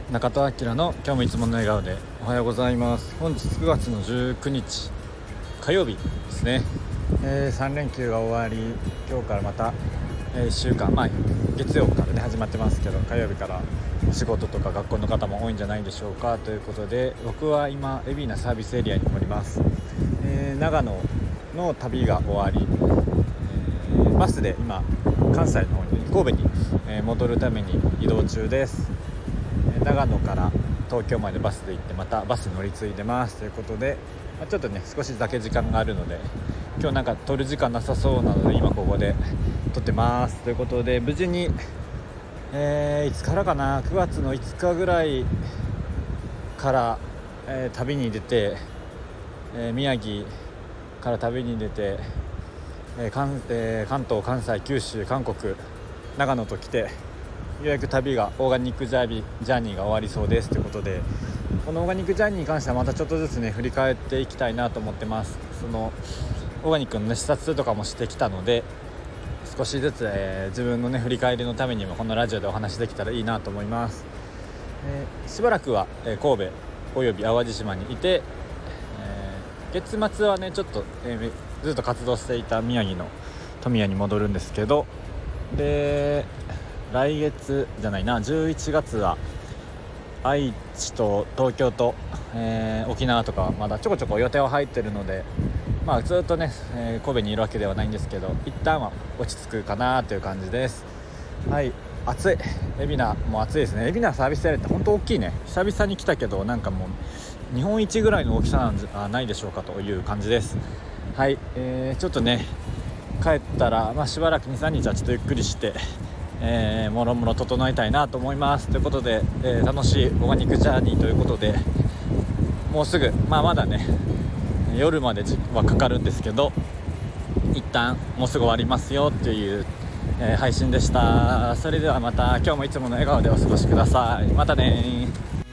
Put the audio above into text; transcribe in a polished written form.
中戸明の今日もいつもの笑顔でおはようございます。本日9月の19日火曜日ですね。3連休が終わり、今日からまた、1週間月曜からね始まってますけど、火曜日からお仕事とか学校の方も多いんじゃないでしょうかということで、僕は今海老名サービスエリアにおります。長野の旅が終わり、バスで今関西の方に神戸に、戻るために移動中です。長野から東京までバスで行って、またバスに乗り継いでますということで、ちょっとね少しだけ時間があるので、今日なんか撮る時間なさそうなので今ここで撮ってますということで、無事に、いつからかな、9月の5日ぐらいから、旅に出て、宮城から旅に出て、関東、関西、九州、韓国、長野と来て、ようやく旅がオーガニックジャーニーが終わりそうですということで、このオーガニックジャーニーに関してはまたちょっとずつね振り返っていきたいなと思ってます。そのオーガニックの、ね、視察とかもしてきたので、少しずつ、自分のね振り返りのためにもこのラジオでお話できたらいいなと思います。しばらくは、神戸および淡路島にいて、月末はねちょっと、ずっと活動していた宮城の富谷に戻るんですけど、で来月じゃないな、11月は愛知と東京と、沖縄とかまだちょこちょこ予定は入ってるので、ずっとね、神戸にいるわけではないんですけど、一旦は落ち着くかなという感じです。はい、暑い。海老名も暑いですね。海老名サービスエリアって本当大きいね。久々に来たけど、なんかもう日本一ぐらいの大きさなんじゃないでしょうかという感じです。はい、ちょっとね帰ったら、しばらく 2,3 日はちょっとゆっくりして、もろもろ整えたいなと思いますということで、楽しいオーガニックジャーニーということで、もうすぐ、まだね夜まではかかるんですけど、一旦もうすぐ終わりますよっていう、配信でした。それではまた、今日もいつもの笑顔でお過ごしください。またね。